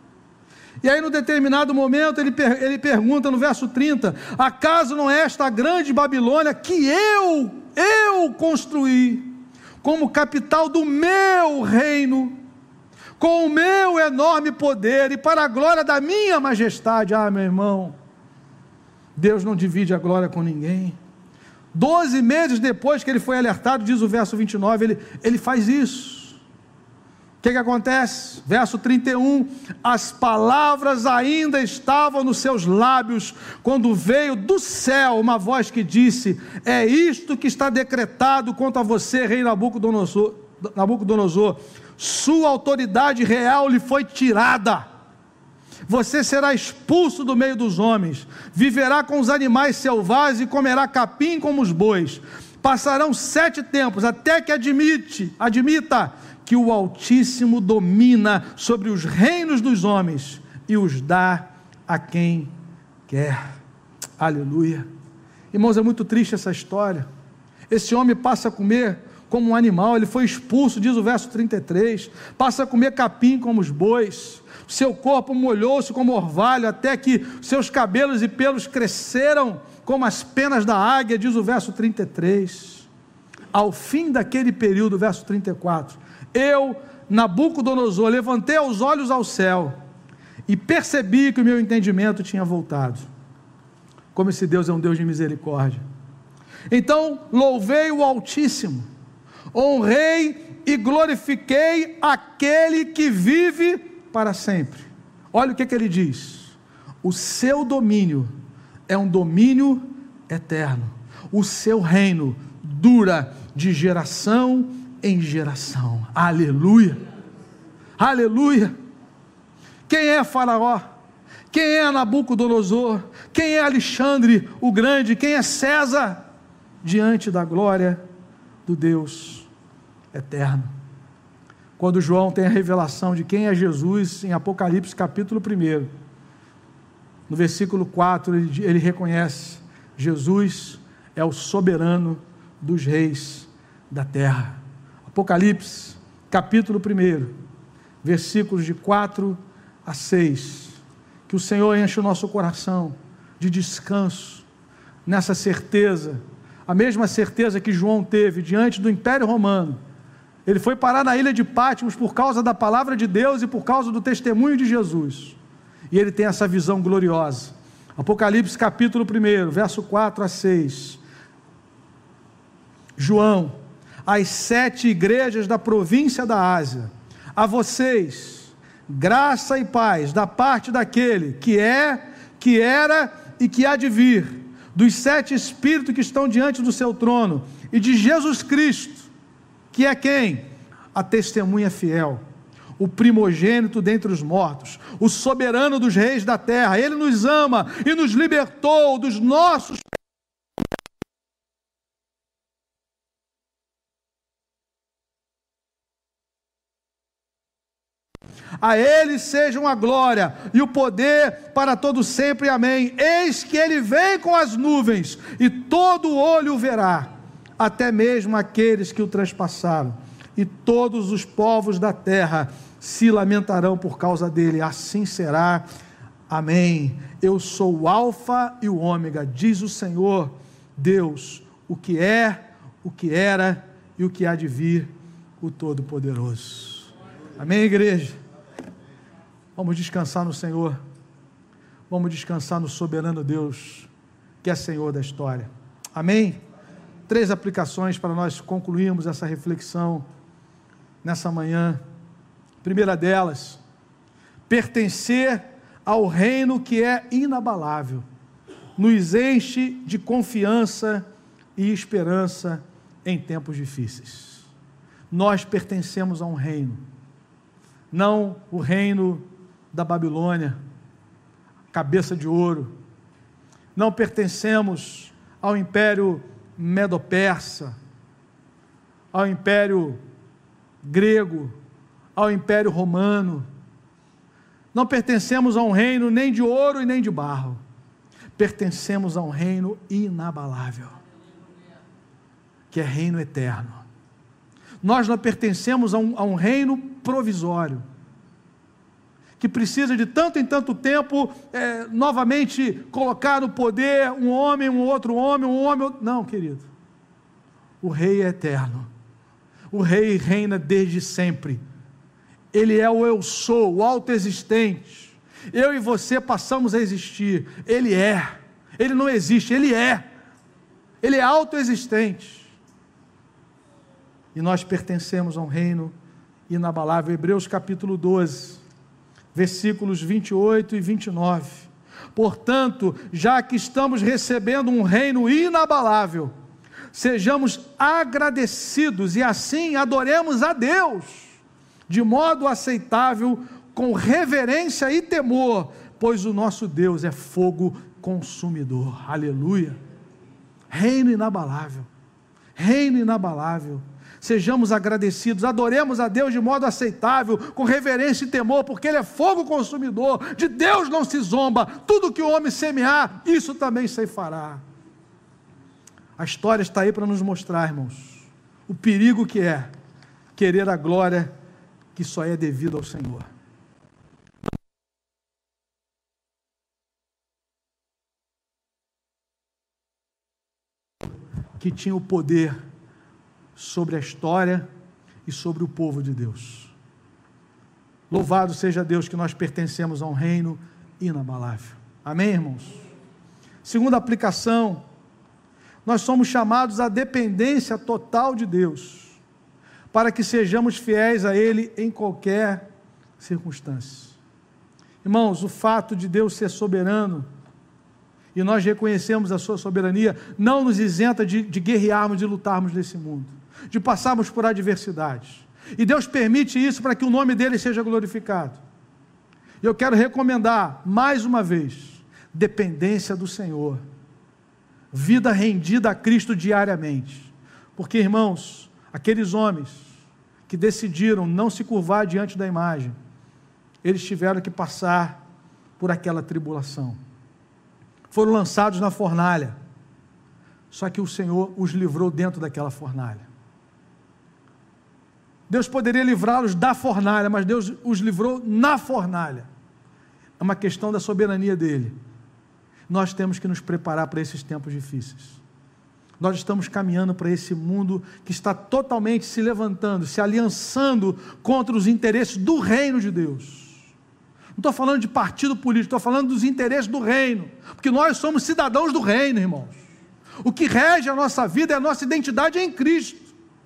E aí, no determinado momento, ele, per, ele pergunta no verso trinta: acaso não é esta a grande Babilônia que eu, eu construí, como capital do meu reino, com o meu enorme poder e para a glória da minha majestade? Ah, meu irmão, Deus não divide a glória com ninguém. Doze meses depois que ele foi alertado, diz o verso vinte e nove, ele, ele faz isso. O que que acontece? Verso trinta e um, as palavras ainda estavam nos seus lábios, quando veio do céu uma voz que disse: é isto que está decretado contra você, rei Nabucodonosor, Nabucodonosor, sua autoridade real lhe foi tirada, você será expulso do meio dos homens, viverá com os animais selvagens e comerá capim como os bois. Passarão sete tempos até que admite, admita que o Altíssimo domina sobre os reinos dos homens e os dá a quem quer. Aleluia. Irmãos, é muito triste essa história. Esse homem passa a comer como um animal, ele foi expulso, diz o verso trinta e três, passa a comer capim como os bois, seu corpo molhou-se como orvalho, até que seus cabelos e pelos cresceram como as penas da águia, diz o verso trinta e três. Ao fim daquele período, verso trinta e quatro, eu, Nabucodonosor, levantei os olhos ao céu e percebi que o meu entendimento tinha voltado. Como esse Deus é um Deus de misericórdia. Então louvei o Altíssimo, honrei e glorifiquei aquele que vive para sempre. Olha o que, que ele diz: o seu domínio é um domínio eterno, o seu reino dura de geração em geração. Aleluia, aleluia. Quem é Faraó? Quem é Nabucodonosor? Quem é Alexandre o Grande? Quem é César? Diante da glória do Deus eterno. Quando João tem a revelação de quem é Jesus, em Apocalipse capítulo um, no versículo quatro, ele, ele reconhece: Jesus é o soberano dos reis da terra. Apocalipse capítulo um, versículos de quatro a seis, que o Senhor enche o nosso coração de descanso, nessa certeza, a mesma certeza que João teve diante do Império Romano. Ele foi parar na ilha de Patmos por causa da palavra de Deus e por causa do testemunho de Jesus, e ele tem essa visão gloriosa. Apocalipse capítulo um, verso quatro a seis, João, às sete igrejas da província da Ásia, a vocês, graça e paz da parte daquele que é, que era e que há de vir, dos sete espíritos que estão diante do seu trono, e de Jesus Cristo, que é quem? A testemunha fiel, o primogênito dentre os mortos, o soberano dos reis da terra. Ele nos ama e nos libertou dos nossos A Ele sejam a glória e o poder para todo sempre, amém. Eis que Ele vem com as nuvens, e todo olho o verá, até mesmo aqueles que o transpassaram, e todos os povos da terra se lamentarão por causa dele. Assim será, amém. Eu sou o alfa e o ômega, diz o Senhor Deus, o que é, o que era e o que há de vir, o Todo-Poderoso. Amém, igreja? Vamos descansar no Senhor, vamos descansar no soberano Deus, que é Senhor da história. Amém? Três aplicações para nós concluirmos essa reflexão nessa manhã. Primeira delas, pertencer ao reino que é inabalável, nos enche de confiança e esperança em tempos difíceis. Nós pertencemos a um reino, não o reino da Babilônia, cabeça de ouro, não pertencemos ao império medo-persa, ao império grego, ao império romano, não pertencemos a um reino nem de ouro e nem de barro, pertencemos a um reino inabalável, que é reino eterno. Nós não pertencemos a um, a um reino provisório, que precisa de tanto em tanto tempo, é, novamente colocar no poder um homem, um outro homem, um homem, não, querido, o rei é eterno, o rei reina desde sempre, ele é o eu sou, o autoexistente, eu e você passamos a existir, ele é, ele não existe, ele é, ele é autoexistente, e nós pertencemos a um reino inabalável. Hebreus capítulo doze, versículos vinte e oito e vinte e nove, portanto, já que estamos recebendo um reino inabalável, sejamos agradecidos e assim adoremos a Deus, de modo aceitável, com reverência e temor, pois o nosso Deus é fogo consumidor. Aleluia! Reino inabalável, reino inabalável. Sejamos agradecidos, adoremos a Deus de modo aceitável, com reverência e temor, porque Ele é fogo consumidor, de Deus não se zomba, tudo que o homem semear, isso também ceifará. A história está aí para nos mostrar, irmãos, o perigo que é querer a glória que só é devida ao Senhor. Que tinha o poder sobre a história e sobre o povo de Deus. Louvado seja Deus que nós pertencemos a um reino inabalável. Amém, irmãos? Segunda aplicação, nós somos chamados à dependência total de Deus, para que sejamos fiéis a Ele em qualquer circunstância. Irmãos, o fato de Deus ser soberano, e nós reconhecemos a sua soberania, não nos isenta de, de guerrearmos, de lutarmos nesse mundo, de passarmos por adversidades, e Deus permite isso para que o nome dele seja glorificado. E eu quero recomendar, mais uma vez, dependência do Senhor, vida rendida a Cristo diariamente, porque, irmãos, aqueles homens que decidiram não se curvar diante da imagem, eles tiveram que passar por aquela tribulação, foram lançados na fornalha, só que o Senhor os livrou dentro daquela fornalha. Deus poderia livrá-los da fornalha, mas Deus os livrou na fornalha. É uma questão da soberania dele. Nós temos que nos preparar para esses tempos difíceis. Nós estamos caminhando para esse mundo que está totalmente se levantando, se aliançando contra os interesses do reino de Deus. Não estou falando de partido político, estou falando dos interesses do reino, porque nós somos cidadãos do reino, irmãos. O que rege a nossa vida é a nossa identidade em Cristo.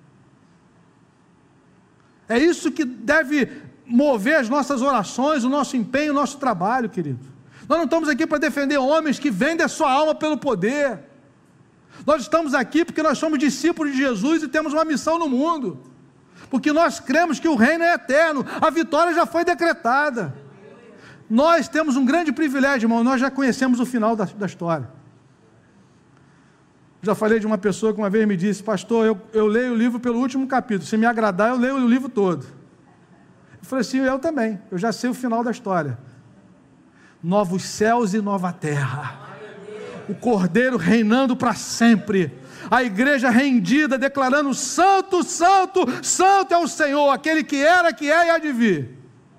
É isso que deve mover as nossas orações, o nosso empenho, o nosso trabalho, querido. Nós não estamos aqui para defender homens que vendem a sua alma pelo poder. Nós estamos aqui porque nós somos discípulos de Jesus e temos uma missão no mundo. Porque nós cremos que o reino é eterno, a vitória já foi decretada. Nós temos um grande privilégio, irmão, nós já conhecemos o final da, da história. Já falei de uma pessoa que uma vez me disse: pastor, eu, eu leio o livro pelo último capítulo, se me agradar eu leio o livro todo. Eu falei assim, eu também, eu já sei o final da história. Novos céus e nova terra. O Cordeiro reinando para sempre. A igreja rendida, declarando: santo, santo, santo é o Senhor, aquele que era, que é e há de vir.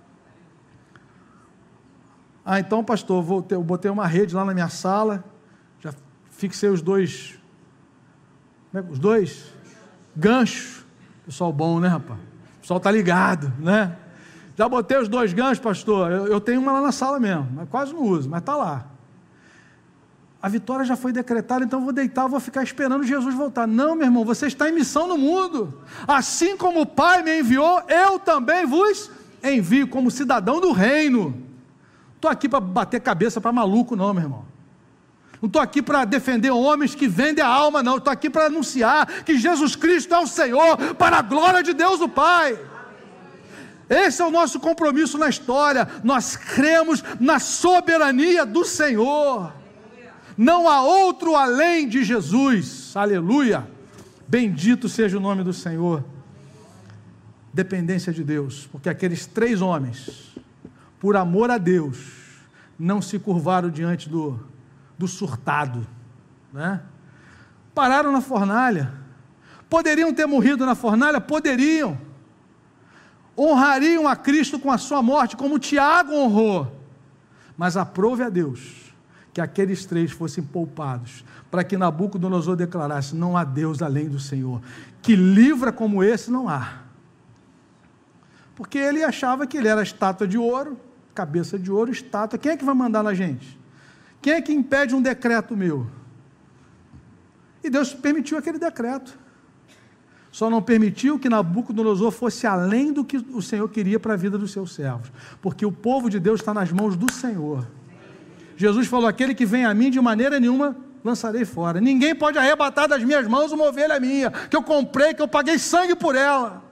Ah, então, pastor, vou ter, eu botei uma rede lá na minha sala, já fixei os dois, os dois ganchos. Pessoal bom, né, rapaz? O pessoal tá ligado, né? Já botei os dois ganchos, pastor. Eu, eu tenho uma lá na sala mesmo, mas quase não uso, mas está lá. A vitória já foi decretada, então eu vou deitar, eu vou ficar esperando Jesus voltar. Não, meu irmão, você está em missão no mundo. Assim como o Pai me enviou, eu também vos envio como cidadão do reino. Não estou aqui para bater cabeça para maluco, não, meu irmão. Não estou aqui para defender homens que vendem a alma, não. Estou aqui para anunciar que Jesus Cristo é o Senhor, para a glória de Deus o Pai. Esse é o nosso compromisso na história. Nós cremos na soberania do Senhor. Não há outro além de Jesus. Aleluia. Bendito seja o nome do Senhor. Dependência de Deus, porque aqueles três homens, por amor a Deus, não se curvaram diante do, do surtado, né? Pararam na fornalha. Poderiam ter morrido na fornalha? Poderiam. Honrariam a Cristo com a sua morte, como Tiago honrou, mas aprove a Deus que aqueles três fossem poupados, para que Nabucodonosor declarasse: não há Deus além do Senhor, que livra como esse não há, porque ele achava que ele era estátua de ouro, cabeça de ouro, estátua. Quem é que vai mandar na gente? Quem é que impede um decreto meu? E Deus permitiu aquele decreto. Só não permitiu que Nabucodonosor fosse além do que o Senhor queria para a vida dos seus servos, porque o povo de Deus está nas mãos do Senhor. Jesus falou: aquele que vem a mim, de maneira nenhuma lançarei fora. Ninguém pode arrebatar das minhas mãos uma ovelha minha, que eu comprei, que eu paguei sangue por ela.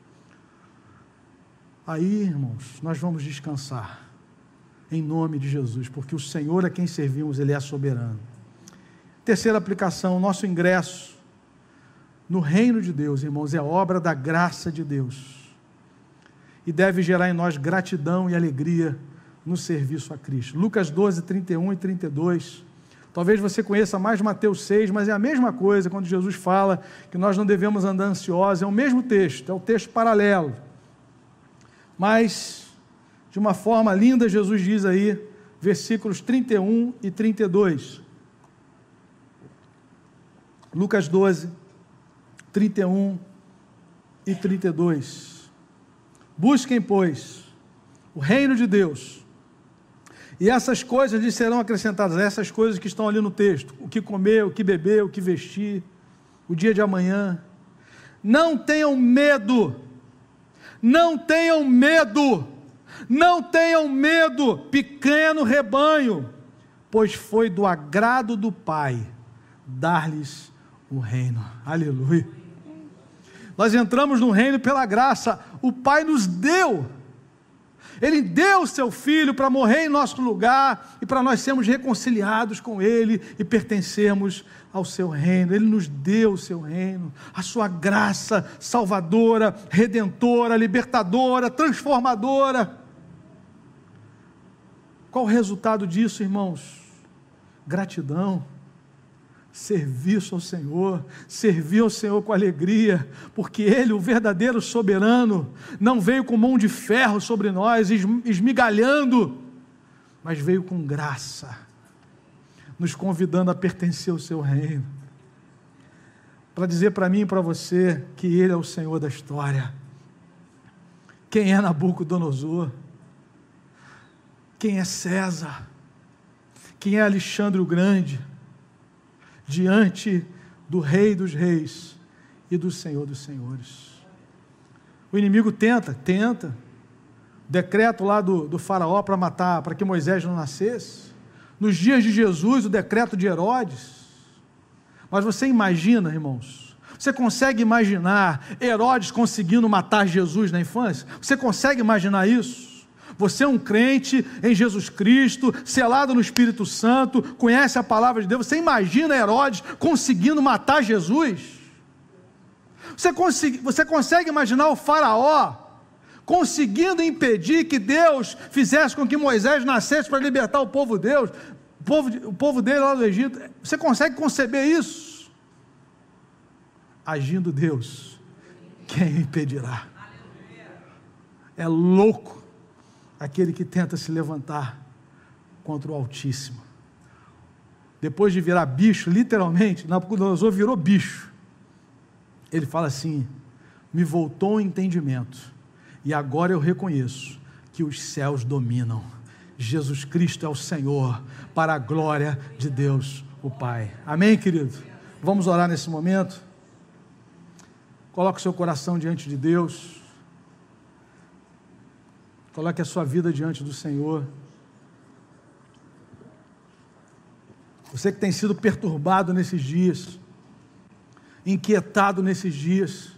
Aí, irmãos, nós vamos descansar, em nome de Jesus, porque o Senhor a quem servimos, Ele é soberano. Terceira aplicação: o nosso ingresso no reino de Deus, irmãos, é obra da graça de Deus, e deve gerar em nós gratidão e alegria no serviço a Cristo. Lucas doze, trinta e um e trinta e dois, talvez você conheça mais Mateus seis, mas é a mesma coisa, quando Jesus fala que nós não devemos andar ansiosos, é o mesmo texto, é o texto paralelo, mas, de uma forma linda, Jesus diz aí, versículos trinta e um e trinta e dois, Lucas doze, trinta e um e trinta e dois, busquem, pois, o reino de Deus, e essas coisas lhes serão acrescentadas, essas coisas que estão ali no texto, o que comer, o que beber, o que vestir, o dia de amanhã. Não tenham medo, não tenham medo, não tenham medo, pequeno rebanho, pois foi do agrado do Pai dar-lhes o reino. Aleluia. Nós entramos no reino pela graça, o Pai nos deu, Ele deu o seu Filho para morrer em nosso lugar, e para nós sermos reconciliados com Ele, e pertencermos ao seu reino. Ele nos deu o seu reino, a sua graça salvadora, redentora, libertadora, transformadora. Qual o resultado disso, irmãos? Gratidão, serviço ao Senhor, servir ao Senhor com alegria, porque Ele, o verdadeiro soberano, não veio com mão de ferro sobre nós, esmigalhando, mas veio com graça, nos convidando a pertencer ao seu reino, para dizer para mim e para você que Ele é o Senhor da história. Quem é Nabucodonosor? Quem é César? Quem é Alexandre o Grande? Diante do Rei dos Reis e do Senhor dos Senhores. O inimigo tenta, tenta, decreto lá do, do faraó para matar, para que Moisés não nascesse, nos dias de Jesus, o decreto de Herodes, mas você imagina, irmãos, você consegue imaginar Herodes conseguindo matar Jesus na infância? Você consegue imaginar isso? Você é um crente em Jesus Cristo, selado no Espírito Santo, conhece a palavra de Deus, você imagina Herodes conseguindo matar Jesus? Você consegue, você consegue imaginar o faraó conseguindo impedir que Deus fizesse com que Moisés nascesse para libertar o povo de Deus, o povo, o povo dele lá do Egito. Você consegue conceber isso? Agindo Deus, quem impedirá? É louco aquele que tenta se levantar contra o Altíssimo. Depois de virar bicho, literalmente, Nabucodonosor virou bicho. Ele fala assim: me voltou o entendimento, e agora eu reconheço que os céus dominam. Jesus Cristo é o Senhor, para a glória de Deus o Pai. Amém, querido? Vamos orar nesse momento? Coloque o seu coração diante de Deus. Coloque a sua vida diante do Senhor. Você que tem sido perturbado nesses dias, inquietado nesses dias,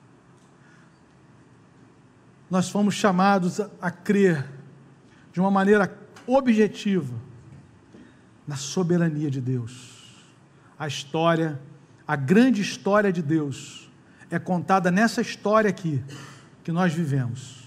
nós fomos chamados a, a crer de uma maneira objetiva na soberania de Deus. A história, a grande história de Deus é contada nessa história aqui que nós vivemos.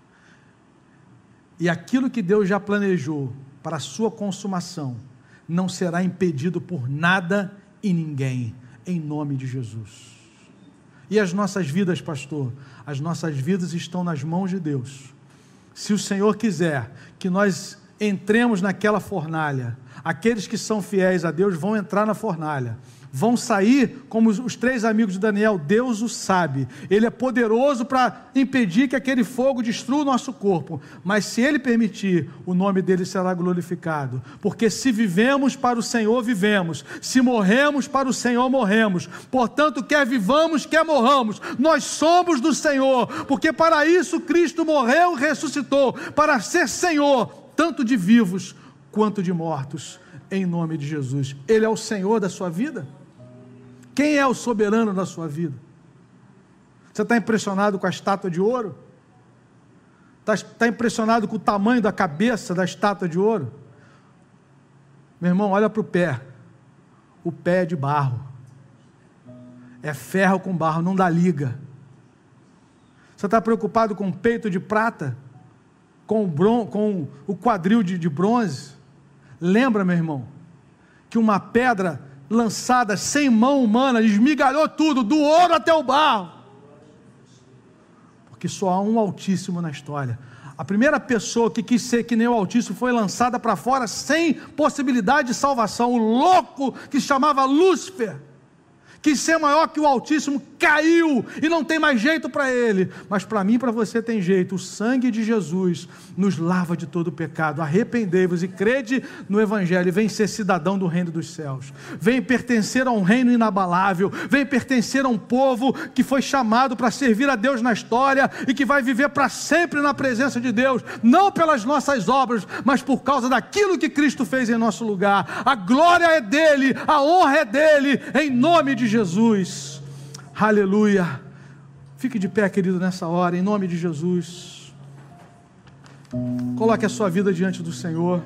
E aquilo que Deus já planejou para a sua consumação não será impedido por nada e ninguém, em nome de Jesus. E as nossas vidas, pastor? As nossas vidas estão nas mãos de Deus. Se o Senhor quiser que nós entremos naquela fornalha, aqueles que são fiéis a Deus vão entrar na fornalha, vão sair como os, os três amigos de Daniel. Deus o sabe, Ele é poderoso para impedir que aquele fogo destrua o nosso corpo, mas se Ele permitir, o nome dEle será glorificado, porque se vivemos para o Senhor, vivemos, se morremos para o Senhor, morremos, portanto, quer vivamos, quer morramos, nós somos do Senhor, porque para isso Cristo morreu e ressuscitou, para ser Senhor, tanto de vivos quanto de mortos, em nome de Jesus. Ele é o Senhor da sua vida? Quem é o soberano da sua vida? Você está impressionado com a estátua de ouro? Está, está impressionado com o tamanho da cabeça da estátua de ouro? Meu irmão, olha para o pé. O pé é de barro. É ferro com barro, não dá liga. Você está preocupado com o peito de prata? Com o, bron, com o quadril de, de bronze? Lembra, meu irmão, que uma pedra lançada sem mão humana esmigalhou tudo, do ouro até o barro, porque só há um Altíssimo na história. A primeira pessoa que quis ser que nem o Altíssimo foi lançada para fora sem possibilidade de salvação. O louco que se chamava Lúcifer quis ser maior que o Altíssimo, caiu e não tem mais jeito para ele, mas para mim e para você tem jeito. O sangue de Jesus nos lava de todo o pecado. Arrependei-vos e crede no Evangelho, vem ser cidadão do reino dos céus, vem pertencer a um reino inabalável, vem pertencer a um povo que foi chamado para servir a Deus na história e que vai viver para sempre na presença de Deus, não pelas nossas obras, mas por causa daquilo que Cristo fez em nosso lugar. A glória é dele, a honra é dele, em nome de Jesus. Aleluia. Fique de pé, querido, nessa hora, em nome de Jesus. Coloque a sua vida diante do Senhor.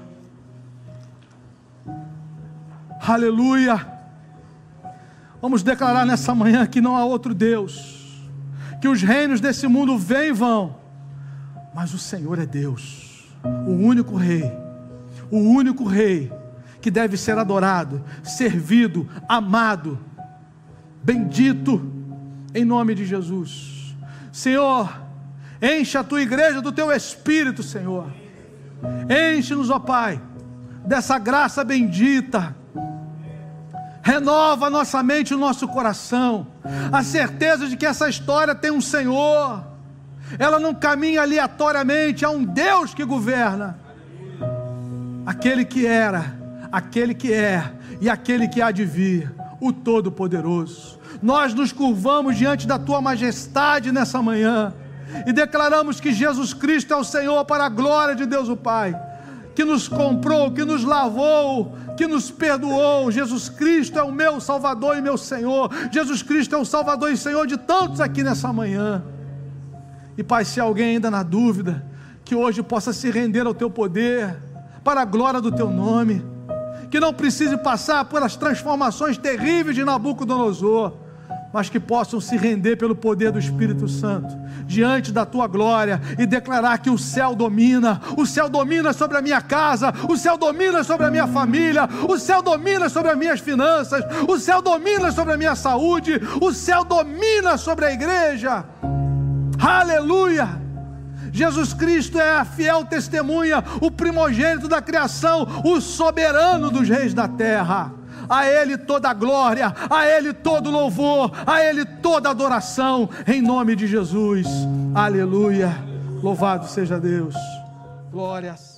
Aleluia. Vamos declarar nessa manhã que não há outro Deus, que os reinos desse mundo vêm e vão, mas o Senhor é Deus, o único Rei, o único Rei que deve ser adorado, servido, amado, bendito, em nome de Jesus. Senhor, enche a tua igreja do teu Espírito, Senhor. Enche-nos, ó Pai, dessa graça bendita. Renova a nossa mente e o nosso coração, a certeza de que essa história tem um Senhor, ela não caminha aleatoriamente, há um Deus que governa, aquele que era, aquele que é e aquele que há de vir, o Todo-Poderoso. Nós nos curvamos diante da tua majestade nessa manhã e declaramos que Jesus Cristo é o Senhor, para a glória de Deus o Pai, que nos comprou, que nos lavou, que nos perdoou. Jesus Cristo é o meu Salvador e meu Senhor. Jesus Cristo é o Salvador e Senhor de tantos aqui nessa manhã. E Pai, se alguém ainda na dúvida, que hoje possa se render ao teu poder, para a glória do teu nome, que não precise passar por as transformações terríveis de Nabucodonosor, mas que possam se render pelo poder do Espírito Santo, diante da tua glória, e declarar que o céu domina, o céu domina sobre a minha casa, o céu domina sobre a minha família, o céu domina sobre as minhas finanças, o céu domina sobre a minha saúde, o céu domina sobre a igreja. Aleluia! Jesus Cristo é a fiel testemunha, o primogênito da criação, o soberano dos reis da terra. A Ele toda a glória, a Ele todo louvor, a Ele toda adoração, em nome de Jesus. Aleluia. Louvado seja Deus. Glória a